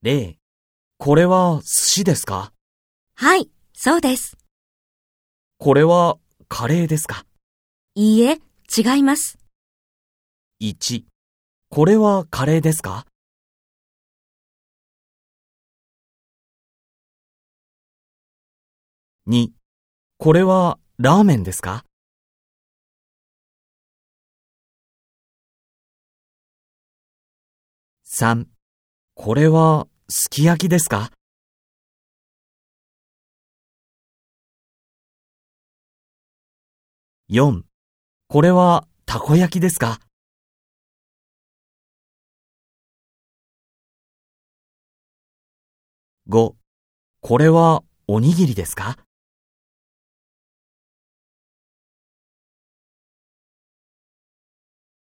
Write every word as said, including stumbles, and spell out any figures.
例、これは寿司ですか？ はい、そうです。 これはカレーですか？ いいえ、違います。 いち、これはカレーですか？に、これはラーメンですか？さん、これはすき焼きですか？よん、これはたこ焼きですか？ご、これはおにぎりですか？